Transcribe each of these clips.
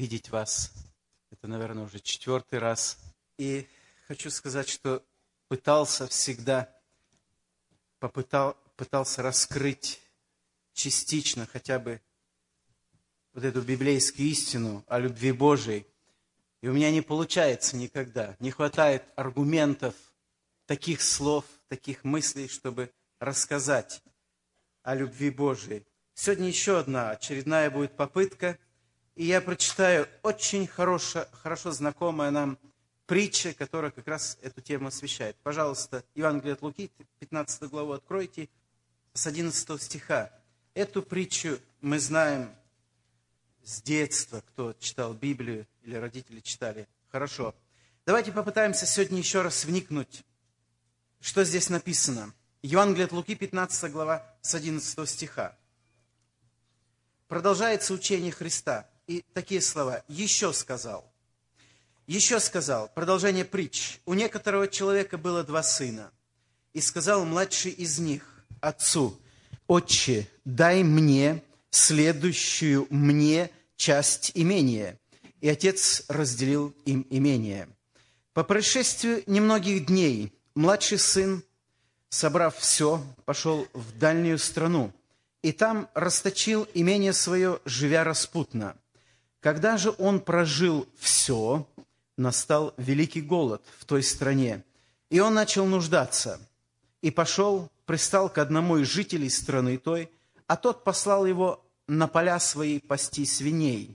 видеть вас. Это, наверное, уже 4-й раз. И хочу сказать, что пытался раскрыть частично хотя бы вот эту библейскую истину о любви Божией. И у меня не получается никогда. Не хватает аргументов, таких слов, таких мыслей, чтобы рассказать о любви Божией. Сегодня еще одна очередная будет попытка. И я прочитаю очень хорошо знакомая нам притча, которая как раз эту тему освещает. Пожалуйста, Евангелие от Луки, 15 главу откройте, с 11 стиха. Эту притчу мы знаем с детства, кто читал Библию или родители читали. Хорошо. Давайте попытаемся сегодня еще раз вникнуть, что здесь написано. Евангелие от Луки, 15 глава, с 11 стиха. Продолжается учение Христа. И такие слова. Еще сказал, продолжение притч. У некоторого человека было 2 сына. И сказал младший из них отцу: «Отче, дай мне следующую мне часть имения». И отец разделил им имение. По прошествию немногих дней младший сын, собрав все, пошел в дальнюю страну, и там расточил имение свое, живя распутно. Когда же он прожил все, настал великий голод в той стране, и он начал нуждаться. И пошел, пристал к одному из жителей страны той, а тот послал его на поля свои пасти свиней.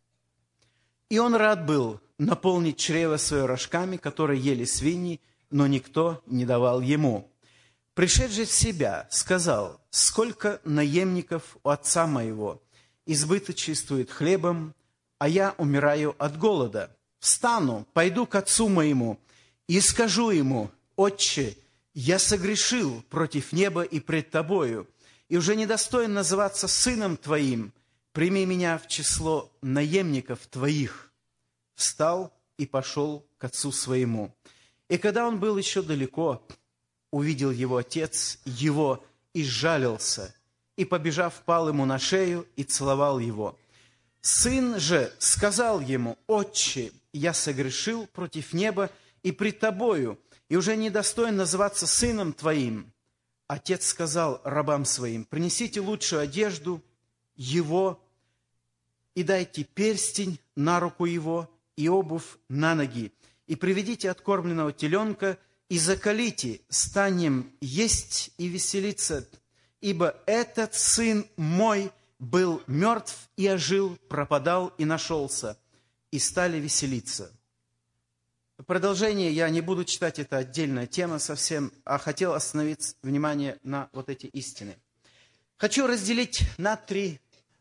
И он рад был наполнить чрево свое рожками, которые ели свиньи, но никто не давал ему. Пришедший в себя, сказал: «Сколько наемников у отца моего избыточествует хлебом, а я умираю от голода. Встану, пойду к отцу моему и скажу ему: Отче, я согрешил против неба и пред тобою, и уже недостоин называться сыном твоим. Прими меня в число наемников твоих». Встал и пошел к отцу своему. И когда он был еще далеко, увидел его отец его и сжалился, и, побежав, пал ему на шею и целовал его. Сын же сказал ему: «Отче, я согрешил против неба и пред тобою, и уже недостоин называться сыном твоим». Отец сказал рабам своим: «Принесите лучшую одежду его и дайте перстень на руку его и обувь на ноги, и приведите откормленного теленка и заколите, станем есть и веселиться, ибо этот сын мой был мертв и ожил, пропадал и нашелся». И стали веселиться. Продолжение я не буду читать, это отдельная тема совсем, а хотел остановить внимание на вот эти истины. Хочу разделить на три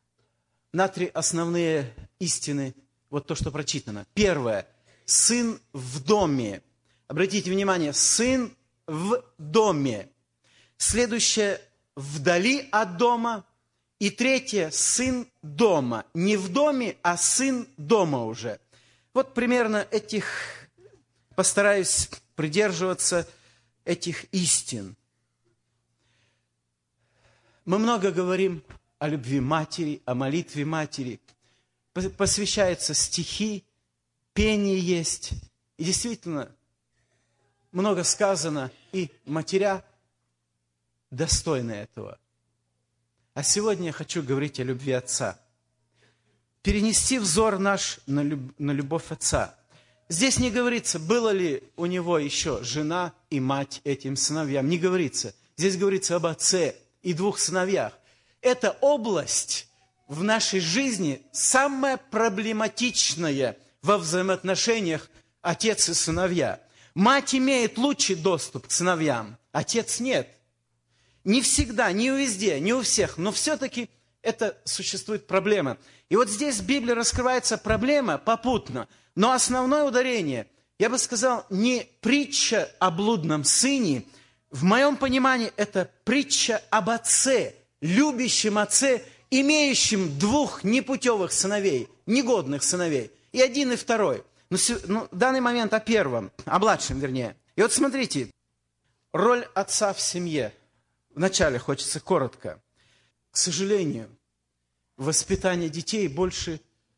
основные истины, вот то, что прочитано. Первое. Сын в доме. Обратите внимание, сын в доме. Следующее. Вдали от дома. И третье. Сын дома. Не в доме, а сын дома уже. Вот примерно постараюсь придерживаться этих истин. Мы много говорим о любви матери, о молитве матери. Посвящаются стихи, пение есть. И действительно, много сказано, и матеря достойны этого. А сегодня я хочу говорить о любви отца. Перенести взор наш на любовь отца. Здесь не говорится, было ли у него еще жена и мать этим сыновьям. Не говорится. Здесь говорится об отце и 2 сыновьях. Эта область в нашей жизни самая проблематичная во взаимоотношениях отец и сыновья. Мать имеет лучший доступ к сыновьям, отец нет. Не всегда, не везде, не у всех, но все-таки это существует проблема. И вот здесь в Библии раскрывается проблема попутно, но основное ударение, я бы сказал, не притча о блудном сыне, в моем понимании это притча об отце, любящем отце, имеющим 2 непутевых сыновей, негодных сыновей, и 1, и 2. Но в данный момент о первом, о младшем, вернее. И вот смотрите, роль отца в семье. Вначале хочется коротко. К сожалению, воспитание детей больше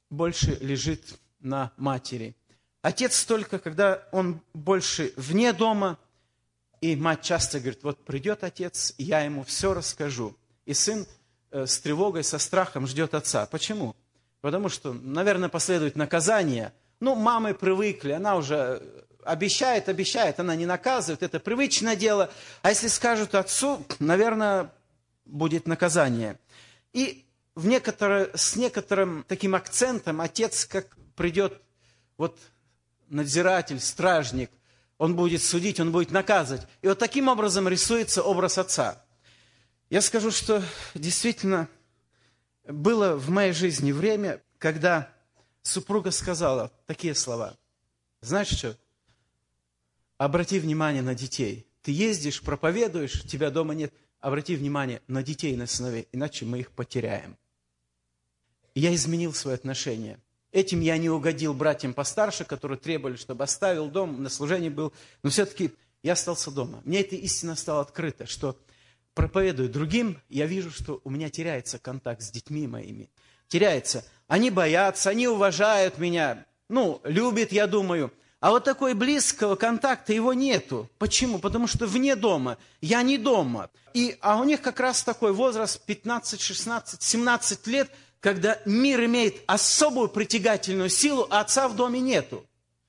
больше лежит на матери. Отец только, когда он больше вне дома, и мать часто говорит, вот придет отец, и я ему все расскажу. И сын с тревогой, со страхом ждет отца. Почему? Потому что, наверное, последует наказание. Мамы привыкли, она уже обещает, она не наказывает, это привычное дело. А если скажут отцу, наверное, будет наказание. И с некоторым таким акцентом отец, как придет надзиратель, стражник, он будет судить, он будет наказывать. И вот таким образом рисуется образ отца. Я скажу, что действительно было в моей жизни время, когда супруга сказала такие слова. Знаешь что? Обрати внимание на детей. Ты ездишь, проповедуешь, тебя дома нет. Обрати внимание на детей, на сыновей, иначе мы их потеряем. И я изменил свое отношение. Этим я не угодил братьям постарше, которые требовали, чтобы оставил дом, на служении был. Но все-таки я остался дома. Мне эта истина стала открыта, что проповедуя другим, я вижу, что у меня теряется контакт с детьми моими. Теряется. Они боятся, они уважают меня. Любят, я думаю. А вот такой близкого контакта его нету. Почему? Потому что вне дома. Я не дома. А у них как раз такой возраст 15, 16, 17 лет, когда мир имеет особую притягательную силу, а отца в доме нету.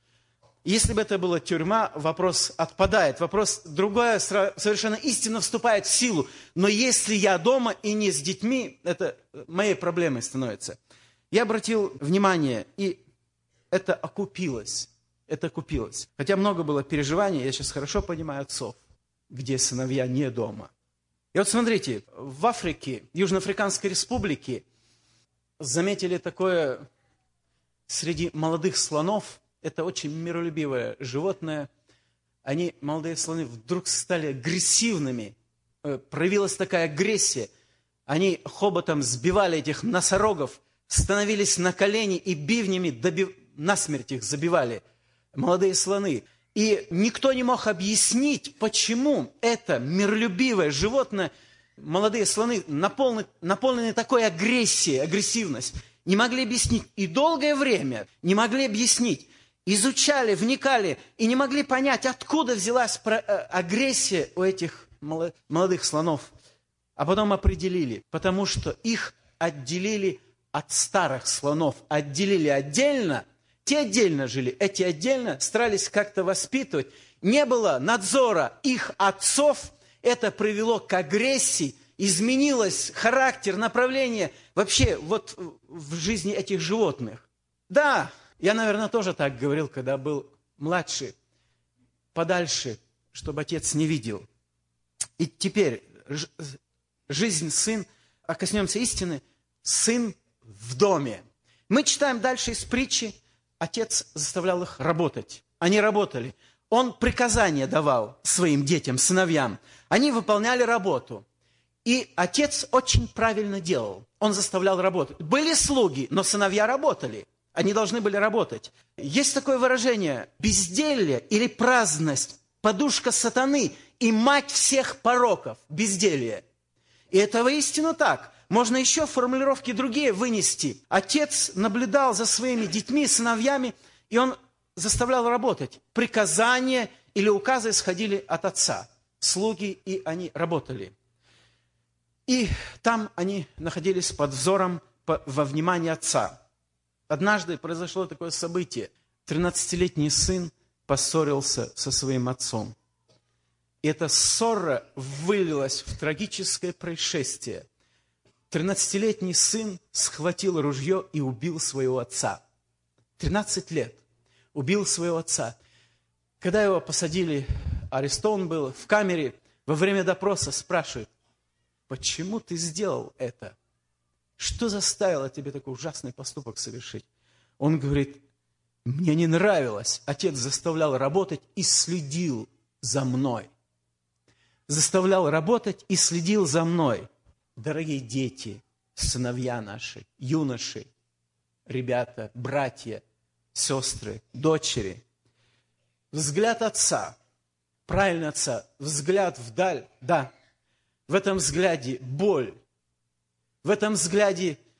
Если бы это была тюрьма, вопрос отпадает. Вопрос другой, совершенно истинно вступает в силу. Но если я дома и не с детьми, это моей проблемой становится. Я обратил внимание, и это окупилось. Это окупилось. Хотя много было переживаний, я сейчас хорошо понимаю отцов, где сыновья не дома. И вот смотрите, в Африке, Южноафриканской республике, заметили такое среди молодых слонов. Это очень миролюбивое животное. Молодые слоны, вдруг стали агрессивными. Проявилась такая агрессия. Они хоботом сбивали этих носорогов, становились на колени и бивнями насмерть их забивали. Молодые слоны. И никто не мог объяснить, почему это миролюбивое животное, молодые слоны, наполнены такой агрессией, агрессивность, не могли объяснить. И долгое время не могли объяснить. Изучали, вникали и не могли понять, откуда взялась агрессия у этих молодых слонов. А потом определили, потому что их отделили от старых слонов, отделили отдельно. Те отдельно жили, эти отдельно старались как-то воспитывать. Не было надзора их отцов, это привело к агрессии, изменилось характер, направление вообще в жизни этих животных. Да, я, наверное, тоже так говорил, когда был младше, подальше, чтобы отец не видел. И теперь жизнь сын, коснемся истины, сын в доме. Мы читаем дальше из притчи. Отец заставлял их работать. Они работали. Он приказания давал своим детям, сыновьям. Они выполняли работу. И отец очень правильно делал. Он заставлял работать. Были слуги, но сыновья работали. Они должны были работать. Есть такое выражение: безделье или праздность, подушка сатаны и мать всех пороков. Безделье. И это воистину так. Можно еще формулировки другие вынести. Отец наблюдал за своими детьми, сыновьями, и он заставлял работать. Приказания или указы исходили от отца. Слуги, и они работали. И там они находились под взором, во внимании отца. Однажды произошло такое событие. 13-летний сын поссорился со своим отцом. И эта ссора вылилась в трагическое происшествие. 13-летний сын схватил ружье и убил своего отца. 13 лет. Убил своего отца. Когда его посадили, арестован был, в камере, во время допроса спрашивают: почему ты сделал это? Что заставило тебя такой ужасный поступок совершить? Он говорит: мне не нравилось. Отец заставлял работать и следил за мной. Заставлял работать и следил за мной. Дорогие дети, сыновья наши, юноши, ребята, братья, сестры, дочери. Взгляд отца, правильно отца, взгляд вдаль, да. В этом взгляде боль, в этом взгляде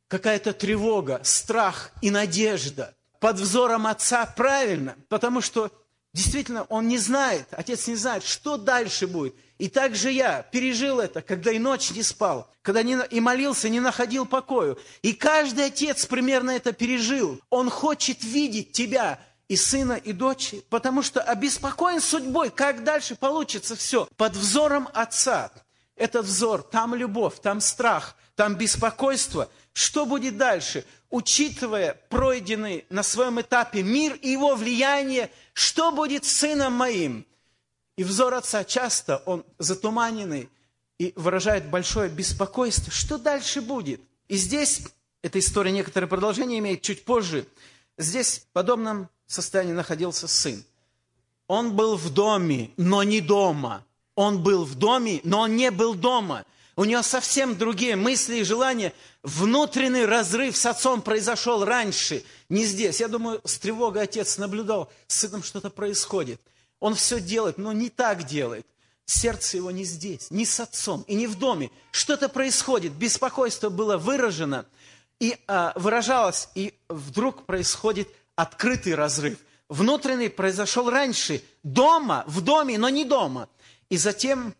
какая-то тревога, страх и надежда. Под взором отца правильно, потому что действительно он не знает, отец не знает, что дальше будет. И так же я пережил это, когда и ночь не спал, когда и молился, не находил покою. И каждый отец примерно это пережил. Он хочет видеть тебя, и сына, и дочь, потому что обеспокоен судьбой, как дальше получится все. Под взором отца. Этот взор, там любовь, там страх, там беспокойство. Что будет дальше? Учитывая пройденный на своем этапе мир и его влияние, что будет с сыном моим? И взор отца часто, он затуманенный и выражает большое беспокойство. Что дальше будет? И здесь, эта история некоторое продолжение имеет чуть позже. Здесь в подобном состоянии находился сын. Он был в доме, но не дома. Он был в доме, но он не был дома. У него совсем другие мысли и желания. Внутренний разрыв с отцом произошел раньше, не здесь. Я думаю, с тревогой отец наблюдал, с сыном что-то происходит. Он все делает, но не так делает. Сердце его не здесь, не с отцом и не в доме. Что-то происходит, беспокойство было выражено и выражалось, и вдруг происходит открытый разрыв. Внутренний произошел раньше, дома, в доме, но не дома. И затем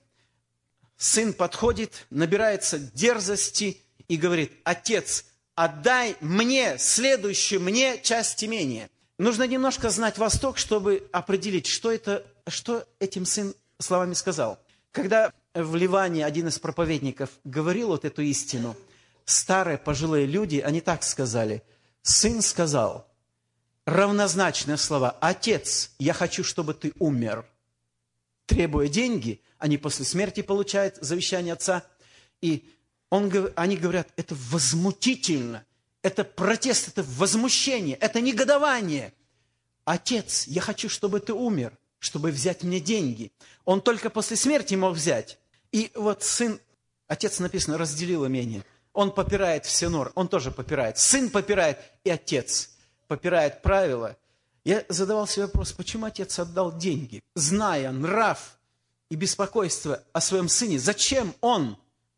сын подходит, набирается дерзости и говорит: отец, отдай мне следующую мне часть имения. Нужно немножко знать Восток, чтобы определить, что этим сын словами сказал. Когда в Ливане один из проповедников говорил вот эту истину, старые пожилые люди, они так сказали: сын сказал равнозначные слова: отец, я хочу, чтобы ты умер. Требуя деньги, они после смерти получают завещание отца. И они говорят: это возмутительно, это протест, это возмущение, это негодование. Отец, я хочу, чтобы ты умер, чтобы взять мне деньги. Он только после смерти мог взять. И вот сын, отец, написано, разделил имение. Он попирает все нормы, он тоже попирает. Сын попирает, и отец попирает правила. Я задавал себе вопрос, почему отец отдал деньги, зная нрав и беспокойство о своем сыне. Зачем он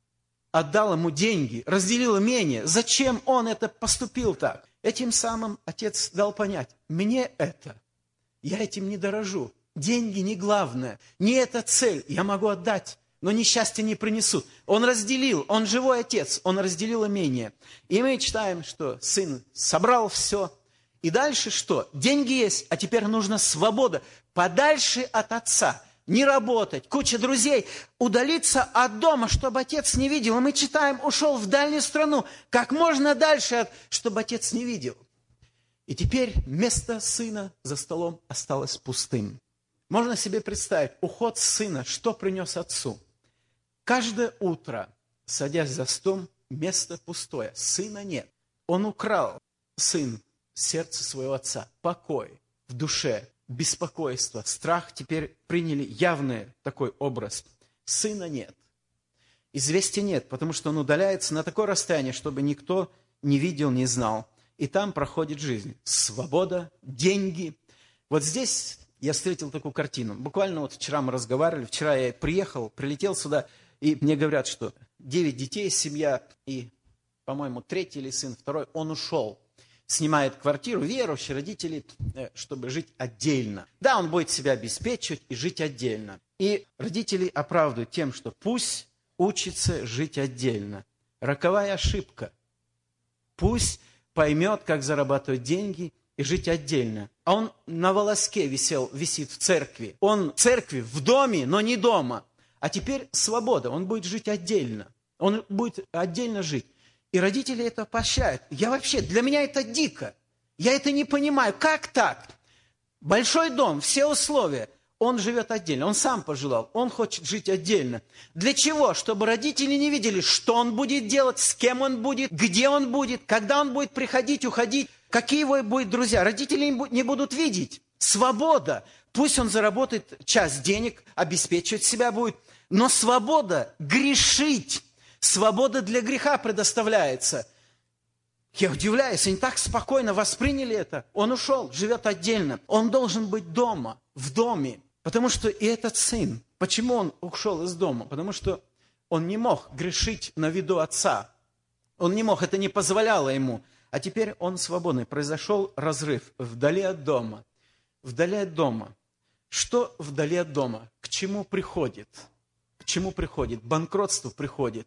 отдал ему деньги, разделил имение? Зачем он это поступил так? Этим самым отец дал понять: мне это, я этим не дорожу. Деньги не главное, не эта цель, я могу отдать, но несчастья не принесут. Он разделил, он живой отец, он разделил имение. И мы читаем, что сын собрал все. И дальше что? Деньги есть, а теперь нужна свобода. Подальше от отца. Не работать, куча друзей, удалиться от дома, чтобы отец не видел. И мы читаем, ушел в дальнюю страну, как можно дальше, чтобы отец не видел. И теперь место сына за столом осталось пустым. Можно себе представить, уход сына, что принес отцу. Каждое утро, садясь за стол, место пустое, сына нет. Он украл, сын, сердце своего отца, покой в душе, беспокойство, страх теперь приняли явный такой образ. Сына нет. Известия нет, потому что он удаляется на такое расстояние, чтобы никто не видел, не знал. И там проходит жизнь. Свобода, деньги. Вот здесь я встретил такую картину. Буквально вот вчера мы разговаривали, вчера я приехал, прилетел сюда, и мне говорят, что 9 детей, семья, и, по-моему, 3-й или сын, 2-й, он ушел. Снимает квартиру, верующие родители, чтобы жить отдельно. Да, он будет себя обеспечивать и жить отдельно. И родители оправдывают тем, что пусть учится жить отдельно. Роковая ошибка. Пусть поймет, как зарабатывать деньги и жить отдельно. А он на волоске висит в церкви. Он в церкви, в доме, но не дома. А теперь свобода, он будет жить отдельно. Он будет отдельно жить. И родители это поощряют. Для меня это дико. Я это не понимаю. Как так? Большой дом, все условия. Он живет отдельно. Он сам пожелал. Он хочет жить отдельно. Для чего? Чтобы родители не видели, что он будет делать, с кем он будет, где он будет, когда он будет приходить, уходить, какие его будут друзья. Родители не будут видеть. Свобода. Пусть он заработает часть денег, обеспечивать себя будет. Но свобода грешить. Свобода для греха предоставляется. Я удивляюсь, они так спокойно восприняли это. Он ушел, живет отдельно. Он должен быть дома, в доме. Потому что и этот сын, почему он ушел из дома? Потому что он не мог грешить на виду отца. Он не мог, это не позволяло ему. А теперь он свободный. Произошел разрыв вдали от дома. Вдали от дома. Что вдали от дома? К чему приходит? К чему приходит? Банкротство приходит.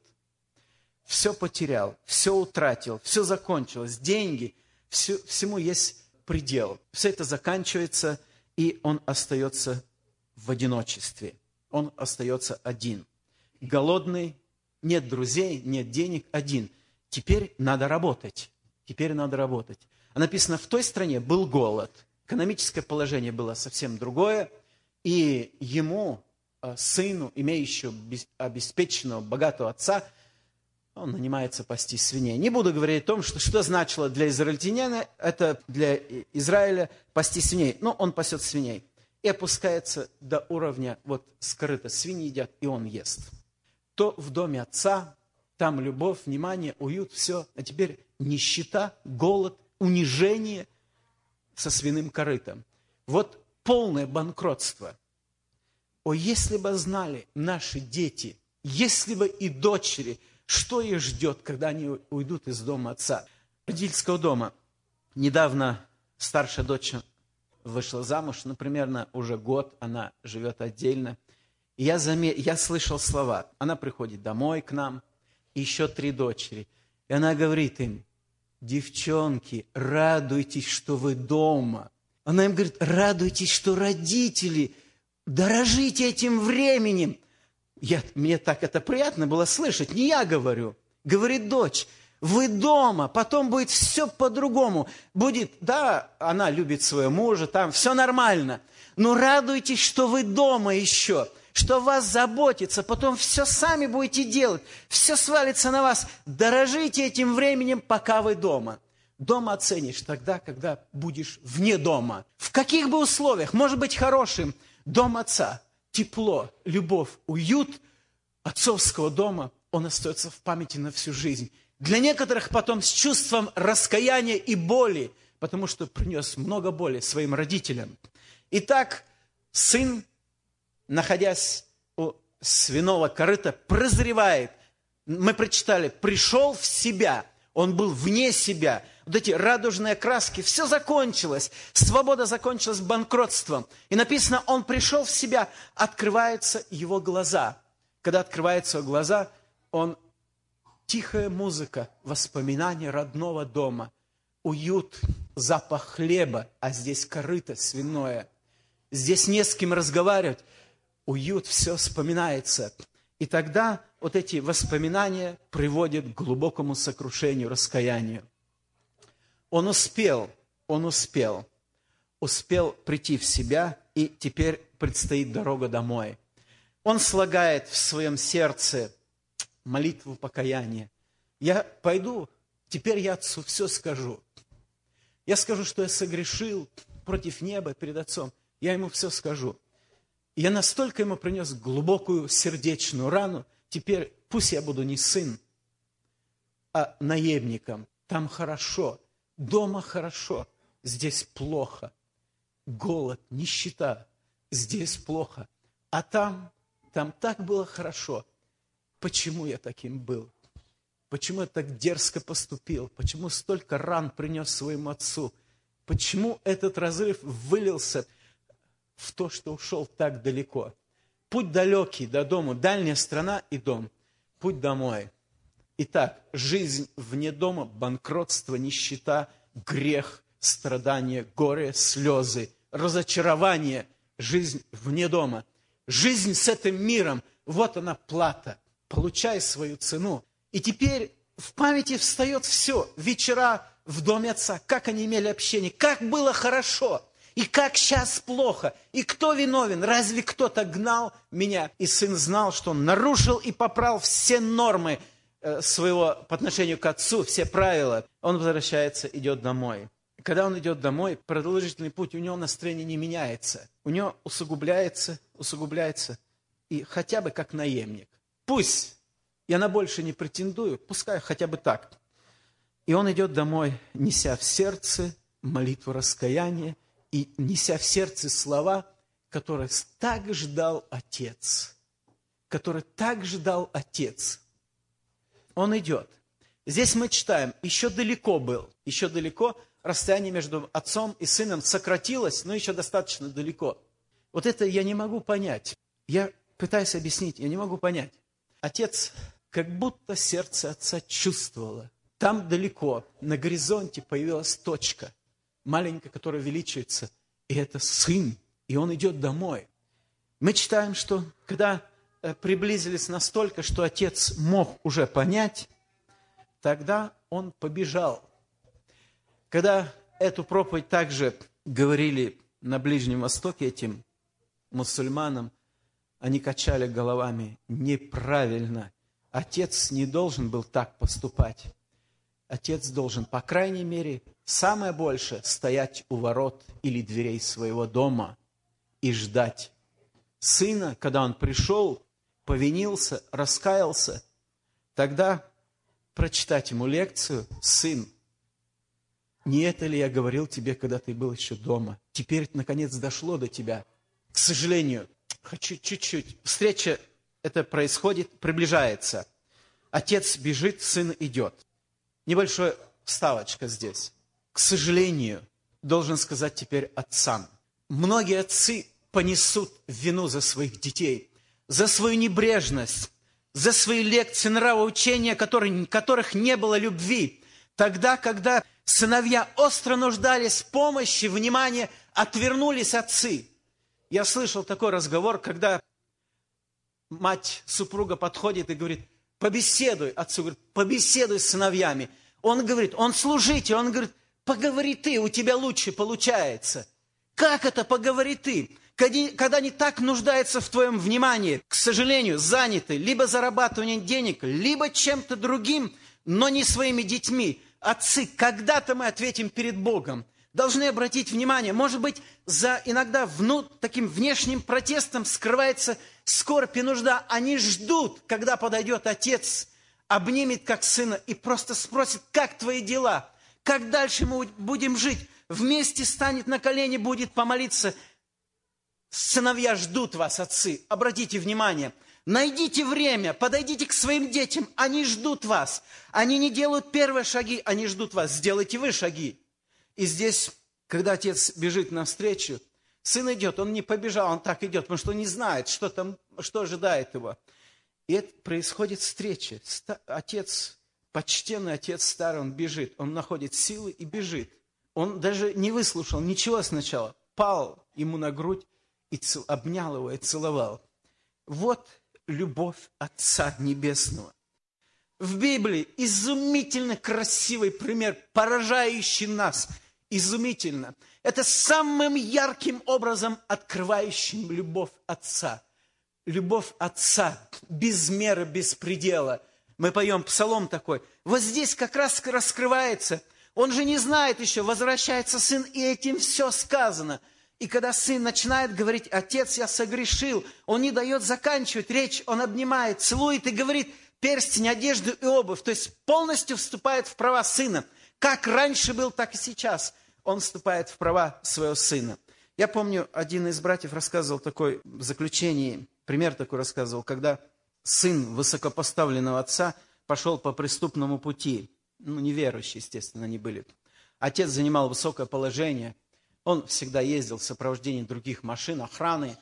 Все потерял, все утратил, все закончилось, деньги, всему есть предел. Все это заканчивается, и он остается в одиночестве. Он остается один. Голодный, нет друзей, нет денег, один. Теперь надо работать. Теперь надо работать. А написано, в той стране был голод. Экономическое положение было совсем другое. И ему, сыну, имеющему обеспеченного, богатого отца, он нанимается пасти свиней. Не буду говорить о том, что значило для израильтянина, это для Израиля пасти свиней. Но он пасет свиней. И опускается до уровня, вот с корыта свиньи едят, и он ест. То в доме отца, там любовь, внимание, уют, все. А теперь нищета, голод, унижение со свиным корытом. Вот полное банкротство. О, если бы знали наши дети, если бы и дочери, что их ждет, когда они уйдут из дома отца, родительского дома. Недавно старшая дочь вышла замуж, примерно уже год она живет отдельно. И я слышал слова. Она приходит домой к нам, и еще 3 дочери. И она говорит им: девчонки, радуйтесь, что вы дома. Она им говорит: радуйтесь, что родители, дорожите этим временем. Мне так это приятно было слышать, не я говорю. Говорит дочь: вы дома, потом будет все по-другому. Будет, да, она любит своего мужа, там все нормально. Но радуйтесь, что вы дома еще, что вас заботится, потом все сами будете делать, все свалится на вас. Дорожите этим временем, пока вы дома. Дома оценишь тогда, когда будешь вне дома. В каких бы условиях, может быть хорошим, дом отца, тепло, любовь, уют отцовского дома, он остается в памяти на всю жизнь. Для некоторых потом с чувством раскаяния и боли, потому что принес много боли своим родителям. Итак, сын, находясь у свиного корыта, прозревает. Мы прочитали, пришел в себя, он был вне себя. Вот эти радужные краски, все закончилось. Свобода закончилась банкротством. И написано, он пришел в себя, открываются его глаза. Когда открываются его глаза, тихая музыка, воспоминания родного дома, уют, запах хлеба, а здесь корыто свиное. Здесь не с кем разговаривать. Уют, все вспоминается. И тогда вот эти воспоминания приводят к глубокому сокрушению, раскаянию. Он успел прийти в себя, и теперь предстоит дорога домой. Он слагает в своем сердце молитву покаяния. Я пойду, теперь я отцу все скажу. Я скажу, что я согрешил против неба перед отцом. Я ему все скажу. Я настолько ему принес глубокую сердечную рану, теперь пусть я буду не сын, а наемником. Там хорошо, дома хорошо, здесь плохо. Голод, нищета, здесь плохо. А там так было хорошо. Почему я таким был? Почему я так дерзко поступил? Почему столько ран принес своему отцу? Почему этот разрыв вылился в то, что ушел так далеко? Путь далекий до дома, дальняя страна и дом. Путь домой. Итак, жизнь вне дома, банкротство, нищета, грех, страдания, горе, слезы, разочарование. Жизнь вне дома. Жизнь с этим миром. Вот она плата. Получай свою цену. И теперь в памяти встает все. Вечера в доме отца, как они имели общение, как было хорошо, и как сейчас плохо, и кто виновен, разве кто-то гнал меня? И сын знал, что он нарушил и попрал все нормы своего по отношению к отцу, все правила. Он возвращается, идет домой. Когда он идет домой, продолжительный путь, у него настроение не меняется. У него усугубляется, и хотя бы как наемник. Пусть я на больше не претендую, пускай хотя бы так. И он идет домой, неся в сердце молитву раскаяния и неся в сердце слова, которые так ждал отец. Он идет. Здесь мы читаем, еще далеко был, еще далеко, расстояние между отцом и сыном сократилось, но еще достаточно далеко. Вот это я не могу понять. Я пытаюсь объяснить, я не могу понять. Отец, как будто сердце отца чувствовало. Там далеко, на горизонте появилась точка, маленькая, которая увеличивается, и это сын, и он идет домой. Мы читаем, что когда приблизились настолько, что отец мог уже понять, тогда он побежал. Когда эту проповедь также говорили на Ближнем Востоке этим мусульманам, они качали головами: неправильно. Отец не должен был так поступать. Отец должен, по крайней мере, самое большее, стоять у ворот или дверей своего дома и ждать сына, когда он пришел, повинился, раскаялся, тогда прочитать ему лекцию: сын, не это ли я говорил тебе, когда ты был еще дома? Теперь, наконец, дошло до тебя. К сожалению, хочу чуть-чуть. Встреча это происходит, приближается. Отец бежит, сын идет. Небольшая вставочка здесь. К сожалению, должен сказать теперь отцам. Многие отцы понесут вину за своих детей, за свою небрежность, за свои лекции нравоучения, которых не было любви. Тогда, когда сыновья остро нуждались в помощи, внимания, отвернулись отцы. Я слышал такой разговор, когда мать супруга подходит и говорит: побеседуй, отцу говорит, побеседуй с сыновьями. Он говорит, он служитель, он говорит, поговори ты, у тебя лучше получается. Как это поговори ты? Когда они так нуждаются в твоем внимании, к сожалению, заняты либо зарабатыванием денег, либо чем-то другим, но не своими детьми. Отцы, когда-то мы ответим перед Богом. Должны обратить внимание, может быть, за иногда таким внешним протестом скрывается скорбь и нужда. Они ждут, когда подойдет отец, обнимет как сына и просто спросит: как твои дела? Как дальше мы будем жить? Вместе станет на колени, будет помолиться. Сыновья ждут вас, отцы. Обратите внимание. Найдите время, подойдите к своим детям. Они ждут вас. Они не делают первые шаги, они ждут вас. Сделайте вы шаги. И здесь, когда отец бежит навстречу, сын идет, он не побежал, он так идет, потому что он не знает, что ожидает его. И это происходит встреча. Отец, почтенный отец старый, он бежит, он находит силы и бежит. Он даже не выслушал ничего сначала, пал ему на грудь и обнял его и целовал. Вот любовь Отца Небесного. В Библии изумительно красивый пример, поражающий нас. Изумительно. Это самым ярким образом открывающим любовь Отца. Любовь Отца без меры, без предела. Мы поем псалом такой. Вот здесь как раз раскрывается. Он же не знает еще, возвращается сын, и этим все сказано. И когда сын начинает говорить: отец, я согрешил, он не дает заканчивать речь, он обнимает, целует и говорит: перстень, одежду и обувь. То есть полностью вступает в права сына. Как раньше был, так и сейчас. Он вступает в права своего сына. Я помню, один из братьев рассказывал такой в заключении, пример такой рассказывал, когда сын высокопоставленного отца пошел по преступному пути. Неверующие, естественно, они были. Отец занимал высокое положение. Он всегда ездил в сопровождении других машин, охраны.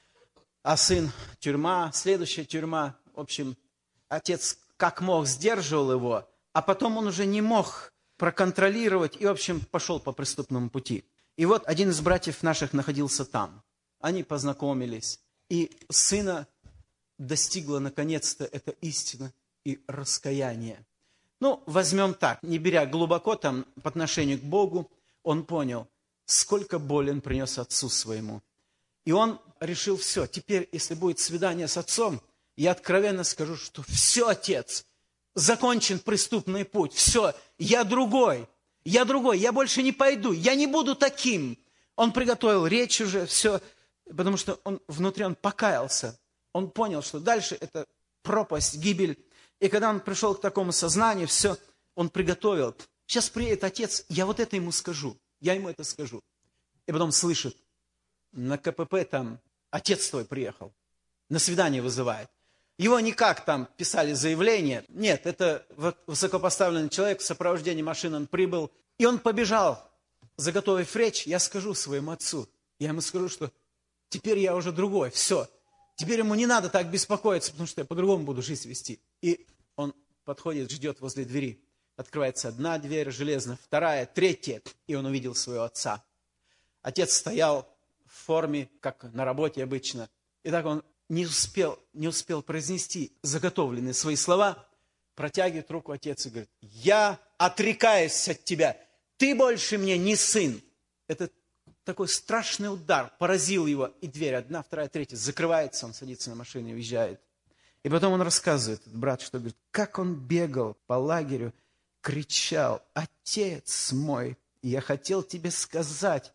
А сын – тюрьма, следующая тюрьма. В общем, отец как мог сдерживал его, а потом он уже не мог проконтролировать и, в общем, пошел по преступному пути. И вот один из братьев наших находился там. Они познакомились. И сына достигла наконец-то эта истина и раскаяние. Возьмем так, не беря глубоко там по отношению к Богу, он понял, сколько боли он принес отцу своему. И он решил: все, теперь, если будет свидание с отцом, я откровенно скажу, что все, отец, закончен преступный путь, все, я другой, я больше не пойду, я не буду таким. Он приготовил речь уже, все, потому что внутри он покаялся. Он понял, что дальше это пропасть, гибель. И когда он пришел к такому сознанию, все, он приготовил. Сейчас приедет отец, я вот это ему скажу. Я ему это скажу. И потом слышит, на КПП там отец твой приехал, на свидание вызывает. Его никак там писали заявление. Нет, это высокопоставленный человек в сопровождении машин, он прибыл. И он побежал, заготовив речь, я скажу своему отцу. Я ему скажу, что теперь я уже другой, все. Теперь ему не надо так беспокоиться, потому что я по-другому буду жизнь вести. И он подходит, ждет возле двери. Открывается одна дверь железная, вторая, третья. И он увидел своего отца. Отец стоял в форме, как на работе обычно. И так он не успел произнести заготовленные свои слова. Протягивает руку отец и говорит: я отрекаюсь от тебя. Ты больше мне не сын. Это такой страшный удар поразил его. И дверь одна, вторая, третья закрывается. Он садится на машину и уезжает. И потом он рассказывает, этот брат, что говорит, как он бегал по лагерю, кричал: отец мой, я хотел тебе сказать.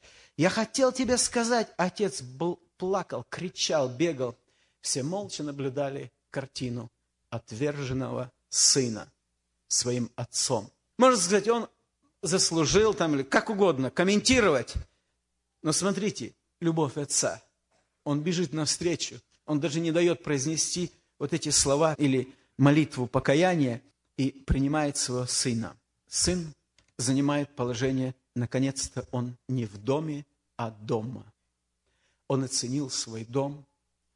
Отец плакал, кричал, бегал. Все молча наблюдали картину отверженного сына своим отцом. Можно сказать, он заслужил там, или как угодно, комментировать. Но смотрите, любовь отца. Он бежит навстречу. Он даже не дает произнести вот эти слова или молитву покаяния и принимает своего сына. Сын занимает положение, наконец-то он не в доме, а дома. Он оценил свой дом,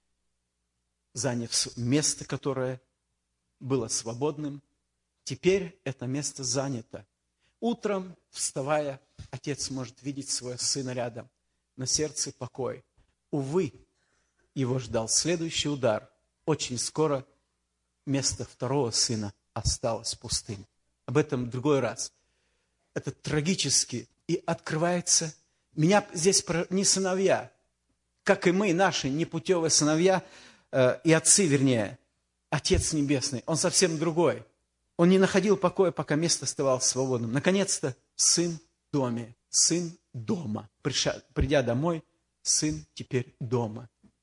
заняв место, которое было свободным. Теперь это место занято. Утром, вставая, отец может видеть своего сына рядом. На сердце покой. Увы, его ждал следующий удар. Очень скоро место второго сына осталось пустым. Об этом в другой раз. Это трагически. И открывается... Меня здесь не сыновья, как и мы, наши непутевые сыновья, и отцы, вернее, Отец Небесный. Он совсем другой. Он не находил покоя, пока место оставалось свободным. Наконец-то сын в доме, сын дома. Придя домой, сын теперь дома.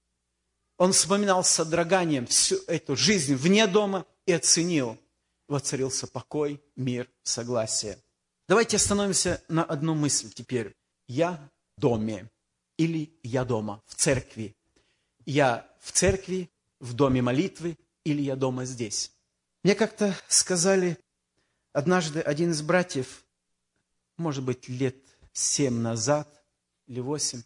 Он вспоминал с содроганием всю эту жизнь вне дома и оценил. Воцарился покой, мир, согласие. Давайте остановимся на одну мысль теперь. Я в доме или я дома, в церкви. Я в церкви, в доме молитвы или я дома здесь. Мне как-то сказали, однажды один из братьев, может быть, лет 7 назад или 8,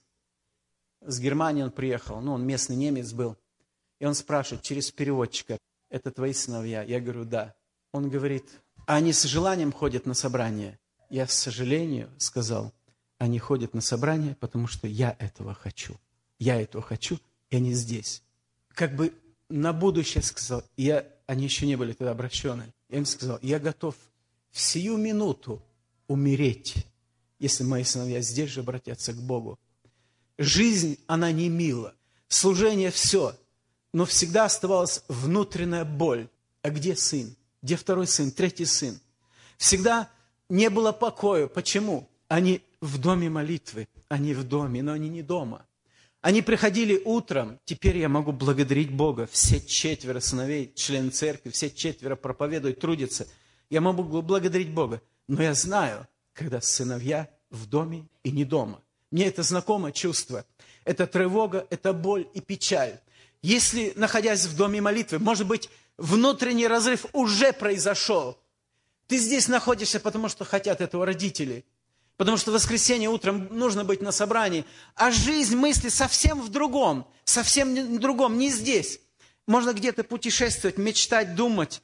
с Германии он приехал, он местный немец был, и он спрашивает через переводчика: это твои сыновья? Я говорю: да. Он говорит: а они с желанием ходят на собрание? Я с сожалением сказал: они ходят на собрание, потому что я этого хочу. Я этого хочу, и они здесь. Как бы на будущее сказал, они еще не были тогда обращены. Я им сказал: я готов в сию минуту умереть, если мои сыновья здесь же обратятся к Богу. Жизнь, она не мила. Служение – все. Но всегда оставалась внутренняя боль. А где сын? Где второй сын, третий сын? Всегда не было покоя. Почему? Они в доме молитвы. Они в доме, но они не дома. Они приходили утром. Теперь я могу благодарить Бога. Все 4 сыновей, члены церкви, все 4 проповедуют, трудятся. Я могу благодарить Бога. Но я знаю, когда сыновья в доме и не дома. Мне это знакомое чувство. Это тревога, это боль и печаль. Если, находясь в доме молитвы, может быть, внутренний разрыв уже произошел. Ты здесь находишься, потому что хотят этого родители. Потому что в воскресенье утром нужно быть на собрании. А жизнь, мысли совсем в другом. Совсем в другом, не здесь. Можно где-то путешествовать, мечтать, думать.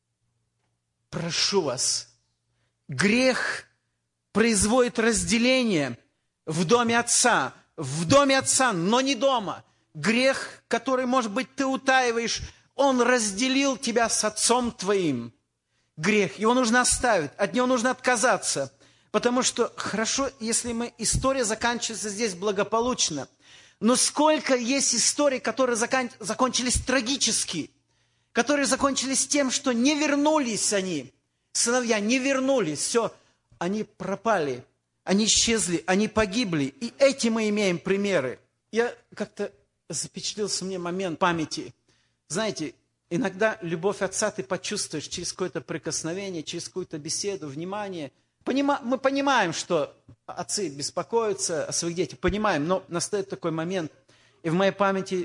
Прошу вас, грех производит разделение в доме Отца, но не дома. Грех, который, может быть, ты утаиваешь, он разделил тебя с Отцом твоим. Грех, его нужно оставить, от него нужно отказаться. Потому что хорошо, если история заканчивается здесь благополучно. Но сколько есть историй, которые закончились трагически, которые закончились тем, что не вернулись они. Сыновья не вернулись, все, они пропали, они исчезли, они погибли. И эти мы имеем примеры. Я как-то запечатлился мне момент памяти. Знаете, иногда любовь Отца ты почувствуешь через какое-то прикосновение, через какую-то беседу, внимание. Мы понимаем, что отцы беспокоятся о своих детях, понимаем, но настает такой момент. И в моей памяти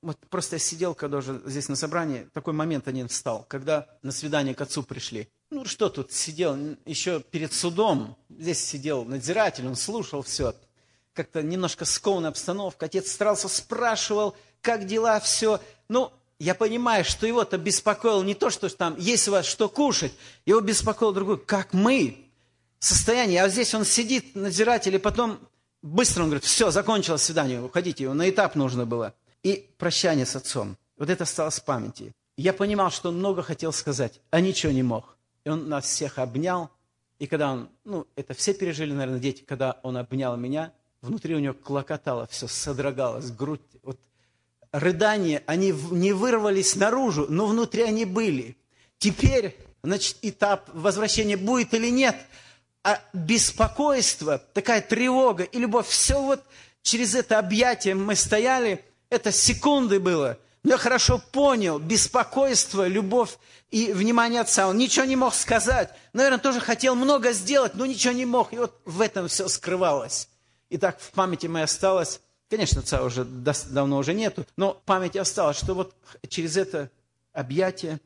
Вот просто я сидел, когда уже здесь на собрании, такой момент один встал, когда на свидание к отцу пришли. Ну что тут, сидел еще перед судом, здесь сидел надзиратель, он слушал все. Как-то немножко скованная обстановка, отец старался, спрашивал, как дела, все. Ну, я понимаю, что его-то беспокоило не то, что там есть у вас что кушать, его беспокоило другое, как мы, состояние. А здесь он сидит, надзиратель, и потом быстро он говорит, все, закончилось свидание, уходите, его на этап нужно было. И прощание с отцом. Вот это осталось в памяти. Я понимал, что он много хотел сказать, а ничего не мог. И он нас всех обнял. И когда он, это все пережили, наверное, дети, когда он обнял меня, внутри у него клокотало, все содрогалось, грудь. Вот, рыдания, они не вырвались наружу, но внутри они были. Теперь, значит, этап возвращения будет или нет, а беспокойство, такая тревога и любовь, все вот через это объятие мы стояли, это секунды было. Но я хорошо понял беспокойство, любовь и внимание отца. Он ничего не мог сказать. Наверное, тоже хотел много сделать, но ничего не мог. И вот в этом все скрывалось. И так в памяти моей осталось, конечно, отца уже давно уже нету, но в памяти осталось, что вот через это объятие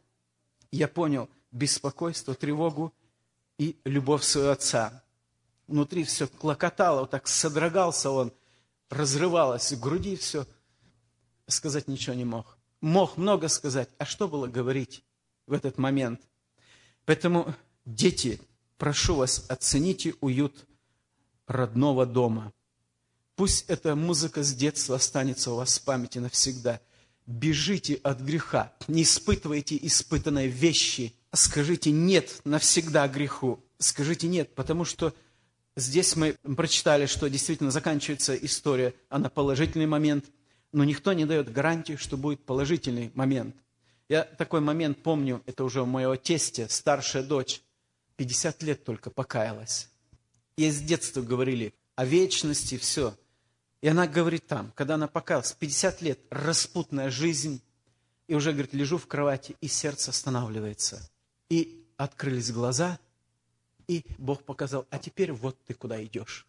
я понял беспокойство, тревогу и любовь своего отца. Внутри все клокотало, вот так содрогался он, разрывалось в груди все. Сказать ничего не мог. Мог много сказать, а что было говорить в этот момент? Поэтому, дети, прошу вас, оцените уют родного дома. Пусть эта музыка с детства останется у вас в памяти навсегда. Бежите от греха, не испытывайте испытанные вещи. Скажите «нет» навсегда греху. Скажите «нет», потому что здесь мы прочитали, что действительно заканчивается история, она положительный момент, но никто не дает гарантии, что будет положительный момент. Я такой момент помню, это уже у моего тестя, старшая дочь, 50 лет только покаялась. Ей с детства говорили о вечности, все. И она говорит там, когда она покаялась, 50 лет, распутная жизнь, и уже, говорит, лежу в кровати, и сердце останавливается. И открылись глаза, и Бог показал, а теперь вот ты куда идешь.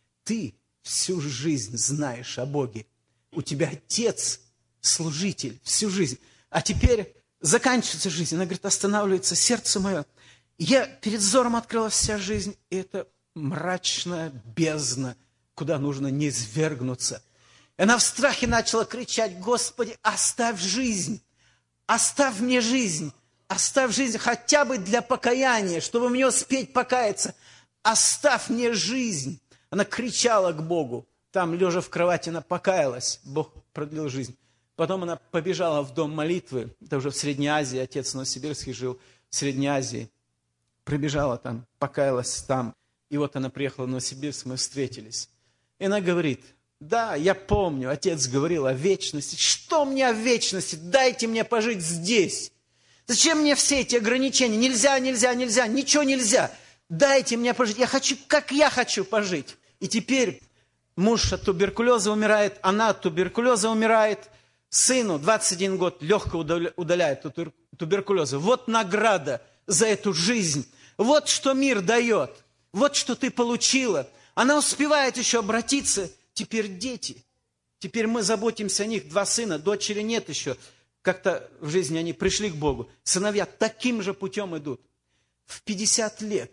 Ты всю жизнь знаешь о Боге. У тебя отец, служитель, всю жизнь. А теперь заканчивается жизнь. Она говорит, останавливается сердце мое. Я перед взором открыла вся жизнь, и это мрачная бездна, куда нужно низвергнуться. И она в страхе начала кричать, Господи, оставь жизнь, оставь мне жизнь, оставь жизнь хотя бы для покаяния, чтобы мне успеть покаяться. Оставь мне жизнь. Она кричала к Богу. Там, лежа в кровати, она покаялась. Бог продлил жизнь. Потом она побежала в дом молитвы. Это уже в Средней Азии. Отец Новосибирский жил в Средней Азии. Пробежала там, покаялась там. И вот она приехала в Новосибирск, мы встретились. И она говорит, да, я помню, отец говорил о вечности. Что мне о вечности? Дайте мне пожить здесь. Зачем мне все эти ограничения? Нельзя, нельзя, нельзя, ничего нельзя. Дайте мне пожить. Я хочу, как я хочу пожить. И теперь муж от туберкулеза умирает, она от туберкулеза умирает. Сыну 21 год легко удаляет туберкулеза. Вот награда за эту жизнь. Вот что мир дает. Вот что ты получила. Она успевает еще обратиться. Теперь дети. Теперь мы заботимся о них. 2 сына, дочери нет еще. Как-то в жизни они пришли к Богу. Сыновья таким же путем идут. В 50 лет.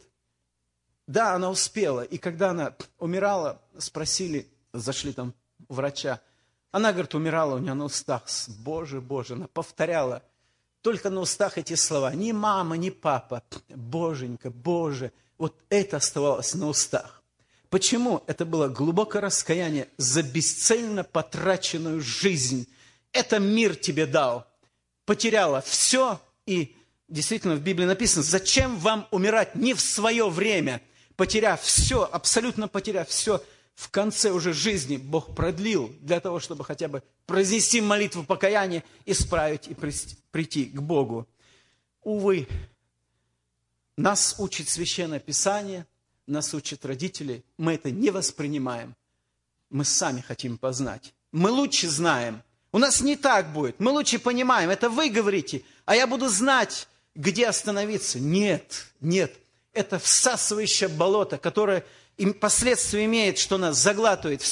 Да, она успела. И когда она умирала, спросили, зашли там врача. Она, говорит, умирала у нее на устах. Боже, Боже, она повторяла. Только на устах эти слова. Ни мама, ни папа. Боженька, Боже. Вот это оставалось на устах. Почему? Это было глубокое раскаяние за бесцельно потраченную жизнь. Это мир тебе дал. Потеряла все. И действительно в Библии написано, зачем вам умирать не в свое время? Потеряв все, абсолютно потеряв все, в конце уже жизни Бог продлил для того, чтобы хотя бы произнести молитву покаяния, исправить и прийти к Богу. Увы, нас учит Священное Писание, нас учат родители, мы это не воспринимаем. Мы сами хотим познать. Мы лучше знаем. У нас не так будет. Мы лучше понимаем. Это вы говорите, а я буду знать, где остановиться. Нет, нет. Это всасывающее болото, которое последствия имеет, что нас заглатывает все.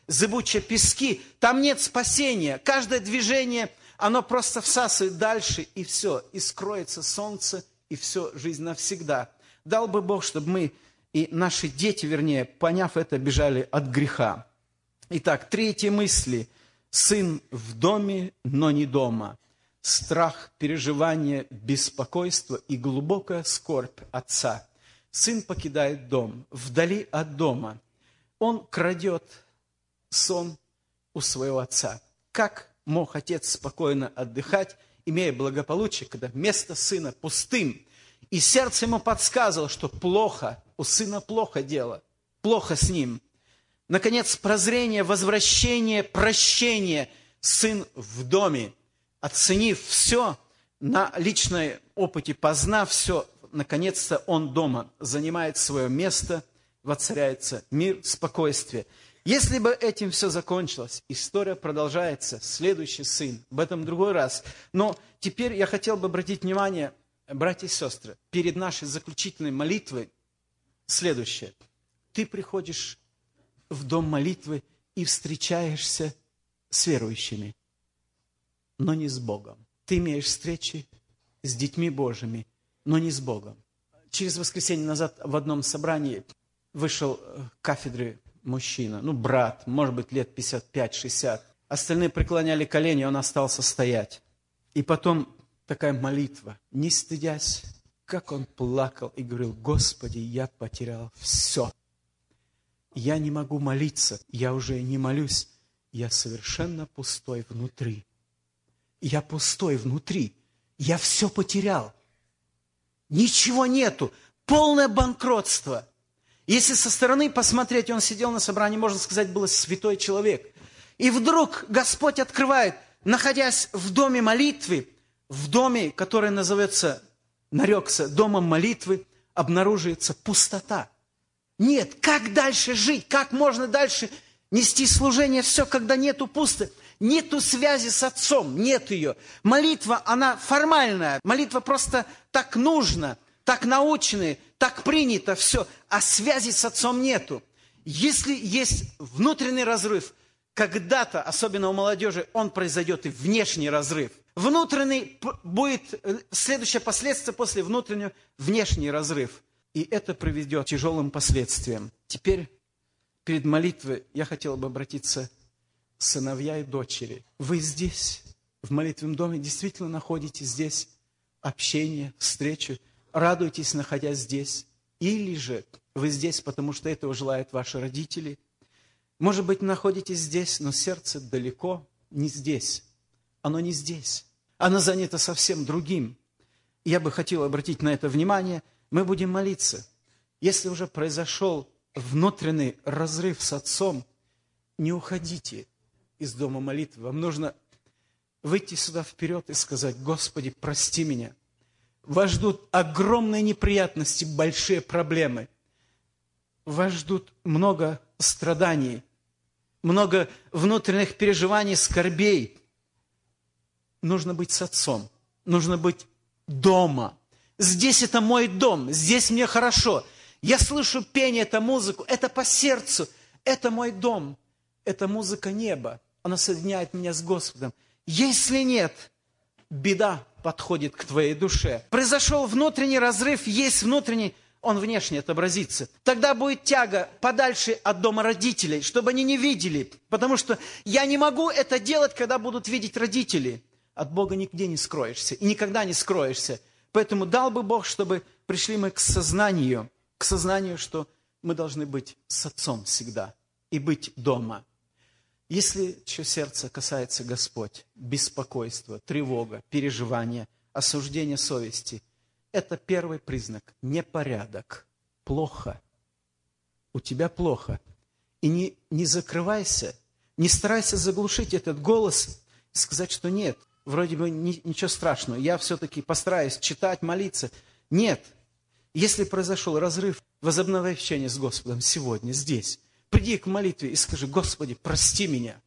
зыбучие пески, там нет спасения. Каждое движение, оно просто всасывает дальше, и все, и скроется солнце, и все, жизнь навсегда. Дал бы Бог, чтобы мы и наши дети, вернее, поняв это, бежали от греха. Итак, третьи мысли. Сын в доме, но не дома. Страх, переживание, беспокойство и глубокая скорбь отца. Сын покидает дом, вдали от дома. Он крадет сон у своего отца. Как мог отец спокойно отдыхать, имея благополучие, когда место сына пустым? И сердце ему подсказывало, что плохо, у сына плохо дело, плохо с ним. Наконец, прозрение, возвращение, прощение. Сын в доме, оценив все, на личном опыте познав все, наконец-то он дома занимает свое место, воцаряется мир, спокойствие. Если бы этим все закончилось, история продолжается, следующий сын, об этом другой раз. Но теперь я хотел бы обратить внимание, братья и сестры, перед нашей заключительной молитвой следующее. Ты приходишь в дом молитвы и встречаешься с верующими, но не с Богом. Ты имеешь встречи с детьми Божьими, но не с Богом. Через воскресенье назад в одном собрании вышел кафедры мужчина, брат, может быть, лет 55-60. Остальные преклоняли колени, он остался стоять. И потом такая молитва, не стыдясь, как он плакал и говорил: Господи, я потерял все. Я не могу молиться, я уже не молюсь, я совершенно пустой внутри. Я пустой внутри, я все потерял. Ничего нету, полное банкротство. Если со стороны посмотреть, он сидел на собрании, можно сказать, был святой человек. И вдруг Господь открывает, находясь в доме молитвы, в доме, который нарекся домом молитвы, обнаруживается пустота. Нет, как дальше жить? Как можно дальше нести служение? Все, когда нету пусто. Нету связи с Отцом, нет ее. Молитва, она формальная. Молитва просто так нужна, так научена, так принято, все. А связи с Отцом нету. Если есть внутренний разрыв, когда-то, особенно у молодежи, он произойдет и внешний разрыв. Внутренний будет следующее последствие после внутреннего, внешний разрыв. И это приведет к тяжелым последствиям. Теперь перед молитвой я хотел бы обратиться: сыновья и дочери. Вы здесь, в молитвенном доме, действительно находите здесь общение, встречу, радуетесь, находясь здесь. Или же вы здесь, потому что этого желают ваши родители. Может быть, находитесь здесь, но сердце далеко, не здесь. Оно не здесь. Оно занято совсем другим. Я бы хотел обратить на это внимание. Мы будем молиться. Если уже произошел внутренний разрыв с Отцом, не уходите из дома молитвы. Вам нужно выйти сюда вперед и сказать: Господи, прости меня. Вас ждут огромные неприятности, большие проблемы. Вас ждут много страданий, много внутренних переживаний, скорбей. Нужно быть с Отцом, нужно быть дома. Здесь это мой дом, здесь мне хорошо. Я слышу пение, это музыку, это по сердцу, это мой дом. Это музыка неба, она соединяет меня с Господом. Если нет, беда подходит к твоей душе. Произошел внутренний разрыв, есть внутренний, он внешне отобразится. Тогда будет тяга подальше от дома родителей, чтобы они не видели. Потому что я не могу это делать, когда будут видеть родители. От Бога нигде не скроешься и никогда не скроешься. Поэтому дал бы Бог, чтобы пришли мы к сознанию, что мы должны быть с Отцом всегда и быть дома. Если чье сердце касается Господь, беспокойство, тревога, переживания, осуждение совести, это первый признак – непорядок, плохо. У тебя плохо. И не закрывайся, не старайся заглушить этот голос и сказать, что нет, вроде бы ничего страшного, я все-таки постараюсь читать, молиться. Нет. Если произошел разрыв, возобнови общение с Господом сегодня, здесь. Приди к молитве и скажи: Господи, прости меня,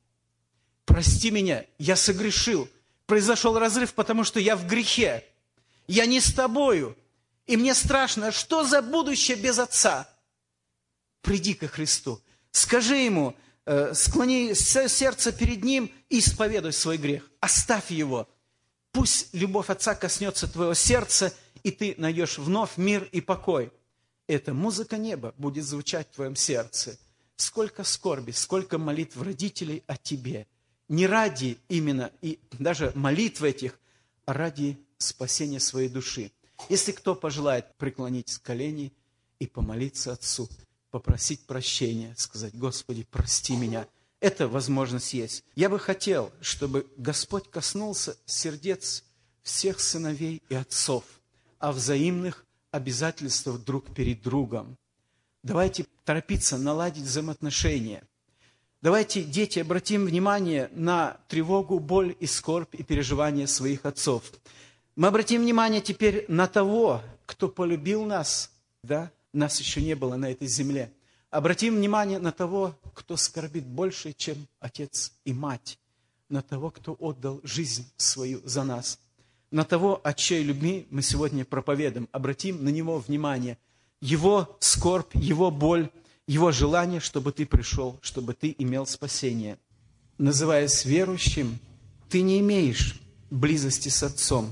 я согрешил. Произошел разрыв, потому что я в грехе. Я не с тобою. И мне страшно, что за будущее без Отца? Приди ко Христу. Скажи Ему, Склони свое сердце перед Ним и исповедуй свой грех. Оставь его. Пусть любовь Отца коснется твоего сердца, и ты найдешь вновь мир и покой. Эта музыка неба будет звучать в твоем сердце. Сколько скорби, сколько молитв родителей о тебе. Не ради именно, и даже молитв этих, а ради спасения своей души. Если кто пожелает преклонить колени и помолиться Отцу, попросить прощения, сказать: Господи, прости меня. Эта возможность есть. Я бы хотел, чтобы Господь коснулся сердец всех сыновей и отцов о взаимных обязательствах друг перед другом. Давайте торопиться наладить взаимоотношения. Давайте, дети, обратим внимание на тревогу, боль и скорбь и переживания своих отцов. Мы обратим внимание теперь на того, кто полюбил нас, да? Нас еще не было на этой земле. Обратим внимание на того, кто скорбит больше, чем отец и мать. На того, кто отдал жизнь свою за нас. На того, от чьей любви мы сегодня проповедуем. Обратим на него внимание. Его скорбь, его боль, его желание, чтобы ты пришел, чтобы ты имел спасение. Называясь верующим, ты не имеешь близости с Отцом.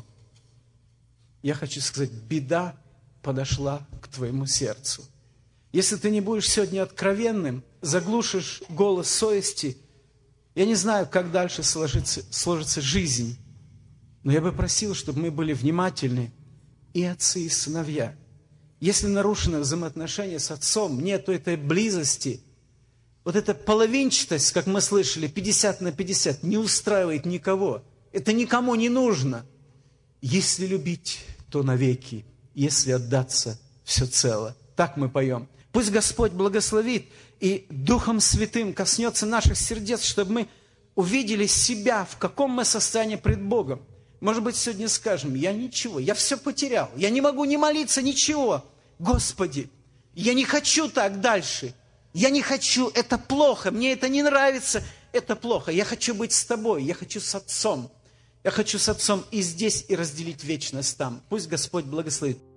Я хочу сказать, беда подошла к твоему сердцу. Если ты не будешь сегодня откровенным, заглушишь голос совести, я не знаю, как дальше сложится жизнь, но я бы просил, чтобы мы были внимательны, и отцы, и сыновья. Если нарушено взаимоотношения с отцом, нету этой близости, вот эта половинчатость, как мы слышали, 50/50, не устраивает никого. Это никому не нужно. Если любить, то навеки. Если отдаться, все цело. Так мы поем. Пусть Господь благословит и Духом Святым коснется наших сердец, чтобы мы увидели себя, в каком мы состоянии пред Богом. Может быть, сегодня скажем: я ничего, я все потерял, я не могу ни молиться, ничего. Господи, я не хочу так дальше. Я не хочу, это плохо, мне это не нравится, это плохо. Я хочу быть с Тобой, я хочу с Отцом. Я хочу с Отцом и здесь, и разделить вечность там. Пусть Господь благословит.